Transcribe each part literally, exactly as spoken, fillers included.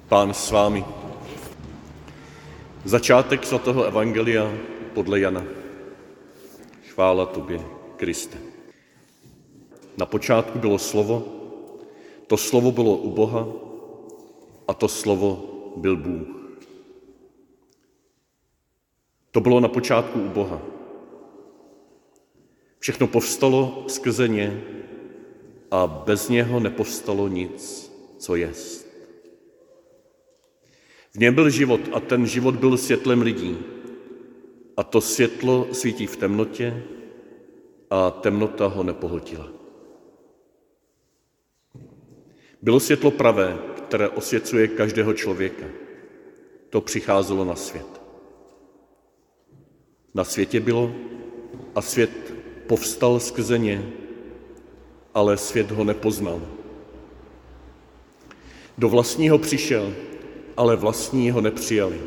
Pán s vámi. Začátek svatého evangelia podle Jana. Chvála tobě, Kriste. Na počátku bylo slovo, to slovo bylo u Boha a to slovo byl Bůh. To bylo na počátku u Boha. Všechno povstalo skrze ně a bez něho nepovstalo nic, co jest. V něm byl život a ten život byl světlem lidí. A to světlo svítí v temnotě a temnota ho nepohltila. Bylo světlo pravé, které osvěcuje každého člověka. To přicházelo na svět. Na světě bylo a svět povstal skrze ně, ale svět ho nepoznal. Do vlastního přišel, ale vlastní ho nepřijali.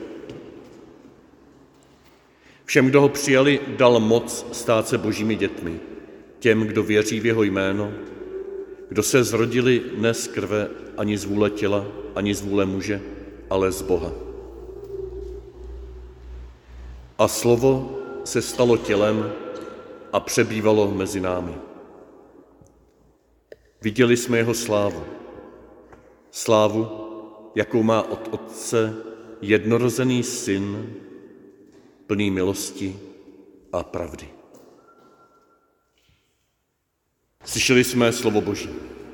Všem, kdo ho přijali, dal moc stát se božími dětmi, těm, kdo věří v jeho jméno, kdo se zrodili ne z krve, ani z vůle těla, ani z vůle muže, ale z Boha. A slovo se stalo tělem a přebývalo mezi námi. Viděli jsme jeho slávu. Slávu, jakou má od Otce jednorozený syn, plný milosti a pravdy. Slyšeli jsme slovo Boží.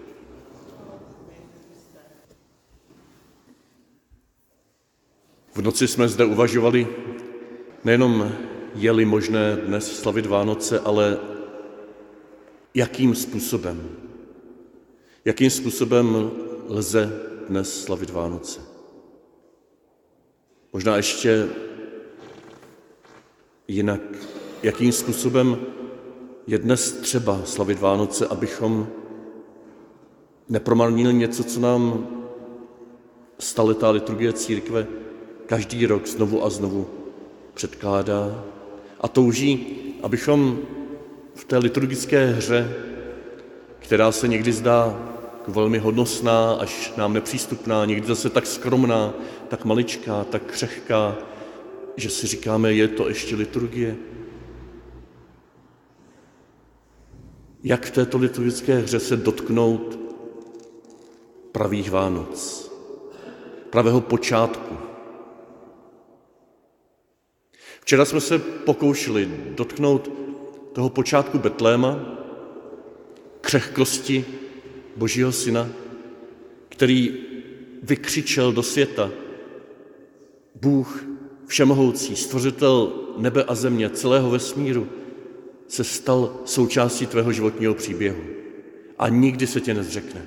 V noci jsme zde uvažovali, nejenom je-li možné dnes slavit Vánoce, ale jakým způsobem. Jakým způsobem lze dnes slavit Vánoce. Možná ještě jinak, jakým způsobem je dnes třeba slavit Vánoce, abychom nepromarnili něco, co nám staletá liturgie církve každý rok znovu a znovu předkládá a touží, abychom v té liturgické hře, která se někdy zdá velmi hodnostná, až nám nepřístupná, někdy zase tak skromná, tak maličká, tak křehká, že si říkáme, je to ještě liturgie. Jak v této liturgické hře se dotknout pravých Vánoc, pravého počátku. Včera jsme se pokoušeli dotknout toho počátku Betléma, křehkosti Božího syna, který vykřičel do světa. Bůh všemohoucí, stvořitel nebe a země, celého vesmíru, se stal součástí tvého životního příběhu a nikdy se tě nezřekne.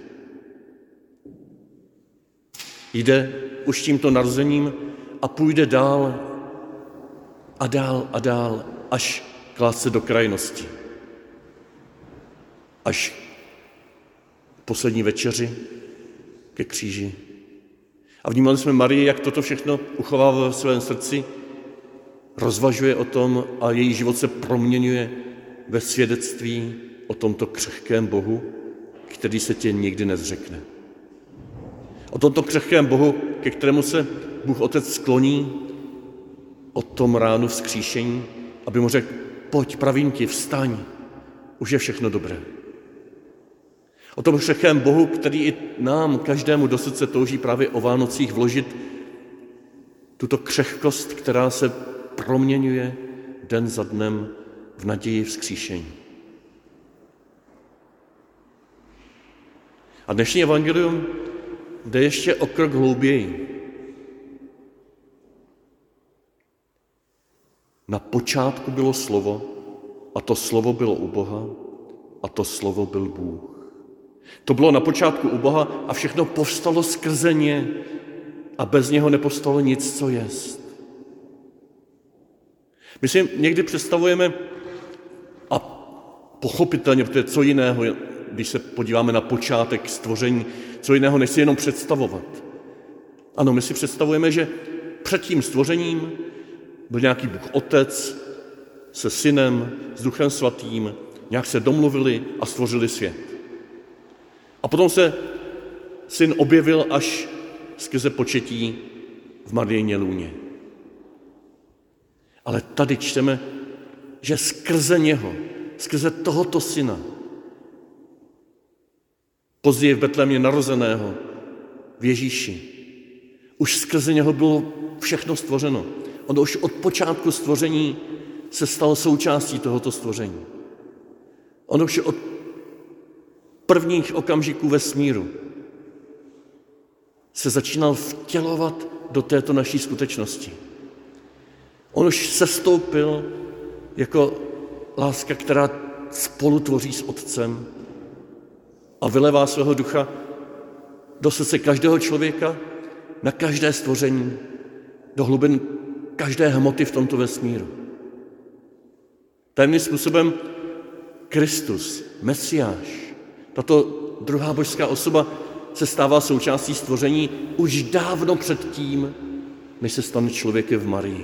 Jde už tímto narozením a půjde dál a dál a dál, až k lásce do krajnosti. Až k poslední večeři, ke kříži. A vnímali jsme Marii, jak toto všechno uchovává ve svém srdci, rozvažuje o tom a její život se proměňuje ve svědectví o tomto křehkém Bohu, který se tě nikdy nezřekne. O tomto křehkém Bohu, ke kterému se Bůh Otec skloní o tom ránu vzkříšení, aby mu řekl, pojď, pravím ti, vstaň, už je všechno dobré. O tom křehkém Bohu, který i nám, každému do srdce touží právě o Vánocích vložit tuto křehkost, která se proměňuje den za dnem v naději vzkříšení. A dnešní evangelium jde ještě o krok hlouběji. Na počátku bylo slovo a to slovo bylo u Boha a to slovo byl Bůh. To bylo na počátku u Boha a všechno povstalo skrze ně a bez něho nepovstalo nic, co jest. My si někdy představujeme, a pochopitelně, protože co jiného, když se podíváme na počátek stvoření, co jiného, než si jenom představovat. Ano, my si představujeme, že před tím stvořením byl nějaký Bůh Otec se Synem, s Duchem Svatým, nějak se domluvili a stvořili svět. A potom se Syn objevil až skrze početí v Marijně lůně. Ale tady čteme, že skrze něho, skrze tohoto syna, později v Betlémě narozeného, v Ježíši, už skrze něho bylo všechno stvořeno. On už od počátku stvoření se stal součástí tohoto stvoření. On už od prvních okamžiků vesmíru se začínal vtělovat do této naší skutečnosti. On už sestoupil jako láska, která spolu tvoří s Otcem a vylevá svého ducha do srdce každého člověka, na každé stvoření, do hlubin každé hmoty v tomto vesmíru. Tajemným způsobem Kristus, Mesiáš, tato druhá božská osoba se stává součástí stvoření už dávno předtím, než se stane člověkem v Marii.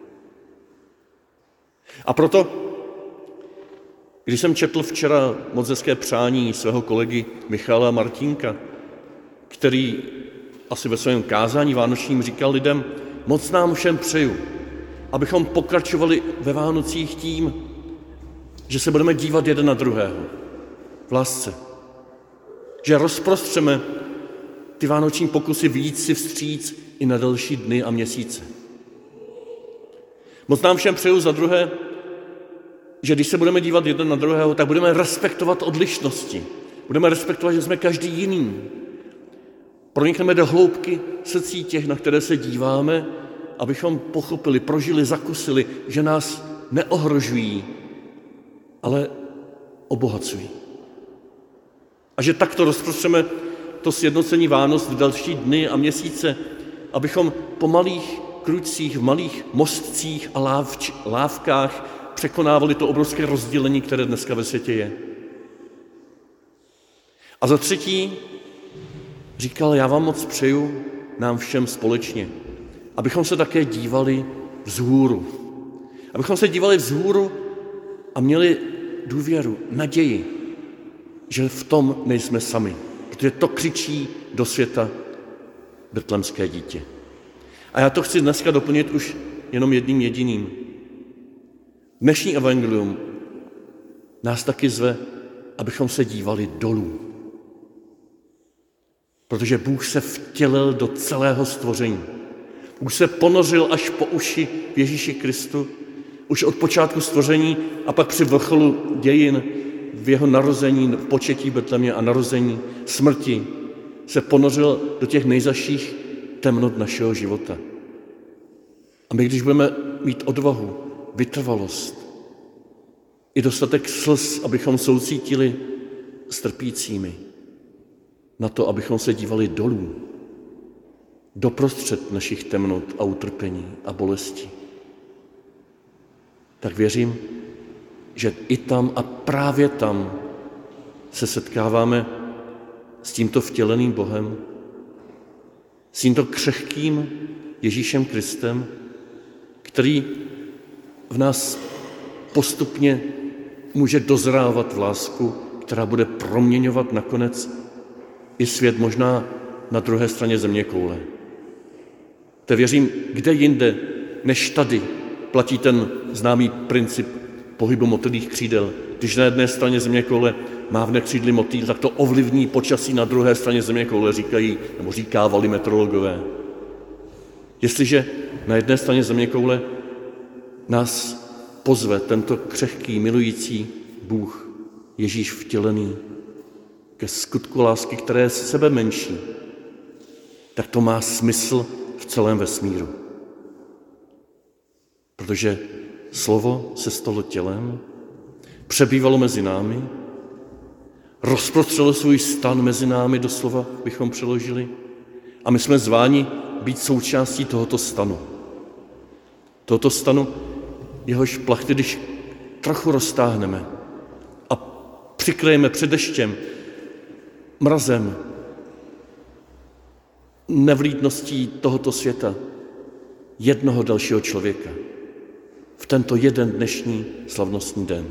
A proto, když jsem četl včera moc hezké přání svého kolegy Michala Martínka, který asi ve svém kázání vánočním říkal lidem, moc nám všem přeju, abychom pokračovali ve Vánocích tím, že se budeme dívat jeden na druhého v lásce. Že rozprostřeme ty vánoční pokusy vyjít si vstříc i na další dny a měsíce. Moc nám všem přeju za druhé, že když se budeme dívat jeden na druhého, tak budeme respektovat odlišnosti. Budeme respektovat, že jsme každý jiný. Pronikneme do hloubky srdcí těch, na které se díváme, abychom pochopili, prožili, zakusili, že nás neohrožují, ale obohacují. A že takto rozprostřeme to sjednocení Vánoc v další dny a měsíce, abychom po malých kručcích, v malých mostcích a lávč, lávkách překonávali to obrovské rozdělení, které dneska ve světě je. A za třetí říkal, já vám moc přeju, nám všem společně, abychom se také dívali vzhůru. Abychom se dívali vzhůru a měli důvěru, naději, že v tom nejsme sami, protože to křičí do světa betlémské dítě. A já to chci dneska doplnit už jenom jedním jediným. Dnešní evangelium nás taky zve, abychom se dívali dolů. Protože Bůh se vtělil do celého stvoření. Bůh se ponořil až po uši v Ježíši Kristu, už od počátku stvoření a pak při vrcholu dějin v jeho narození, v početí Betlémě a narození, smrti, se ponořil do těch nejzaších temnot našeho života. A my, když budeme mít odvahu, vytrvalost i dostatek slz, abychom soucítili s trpícími, na to, abychom se dívali dolů, doprostřed našich temnot a utrpení a bolesti, tak věřím, že i tam a právě tam se setkáváme s tímto vtěleným Bohem, s tímto křehkým Ježíšem Kristem, který v nás postupně může dozrávat v lásku, která bude proměňovat nakonec i svět možná na druhé straně zeměkoule. To věřím, kde jinde, než tady, platí ten známý princip pohybu motylích křídel. Když na jedné straně zeměkoule mávne křídly motýl, tak to ovlivní počasí na druhé straně zeměkoule, říkají, nebo říkávali meteorologové. Jestliže na jedné straně zeměkoule nás pozve tento křehký, milující Bůh, Ježíš vtělený, ke skutku lásky, které je sebe menší, tak to má smysl v celém vesmíru. Protože slovo se stalo tělem, přebývalo mezi námi, rozprostřelo svůj stan mezi námi, doslova bychom přeložili, a my jsme zváni být součástí tohoto stanu. Tohoto stanu, jehož plachty, když trochu roztáhneme a přikryjeme před deštěm, mrazem, nevlídností tohoto světa, jednoho dalšího člověka v tento jeden dnešní slavnostní den.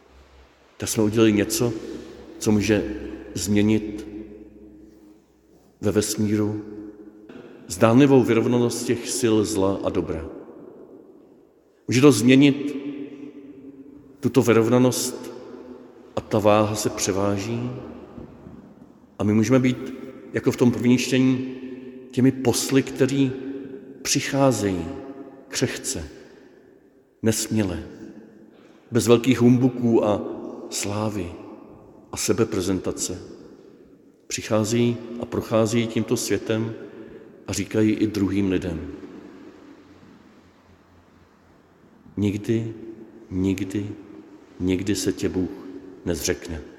Tak jsme udělali něco, co může změnit ve vesmíru, zdánlivou vyrovnanost těch sil zla a dobra. Může to změnit tuto vyrovnanost a ta váha se převáží a my můžeme být, jako v tom prvním čtení, těmi posly, kteří přicházejí křehce, nesměle, bez velkých humbuků a slávy a sebeprezentace. Přichází a prochází tímto světem a říkají i druhým lidem. Nikdy, nikdy, nikdy se tě Bůh nezřekne.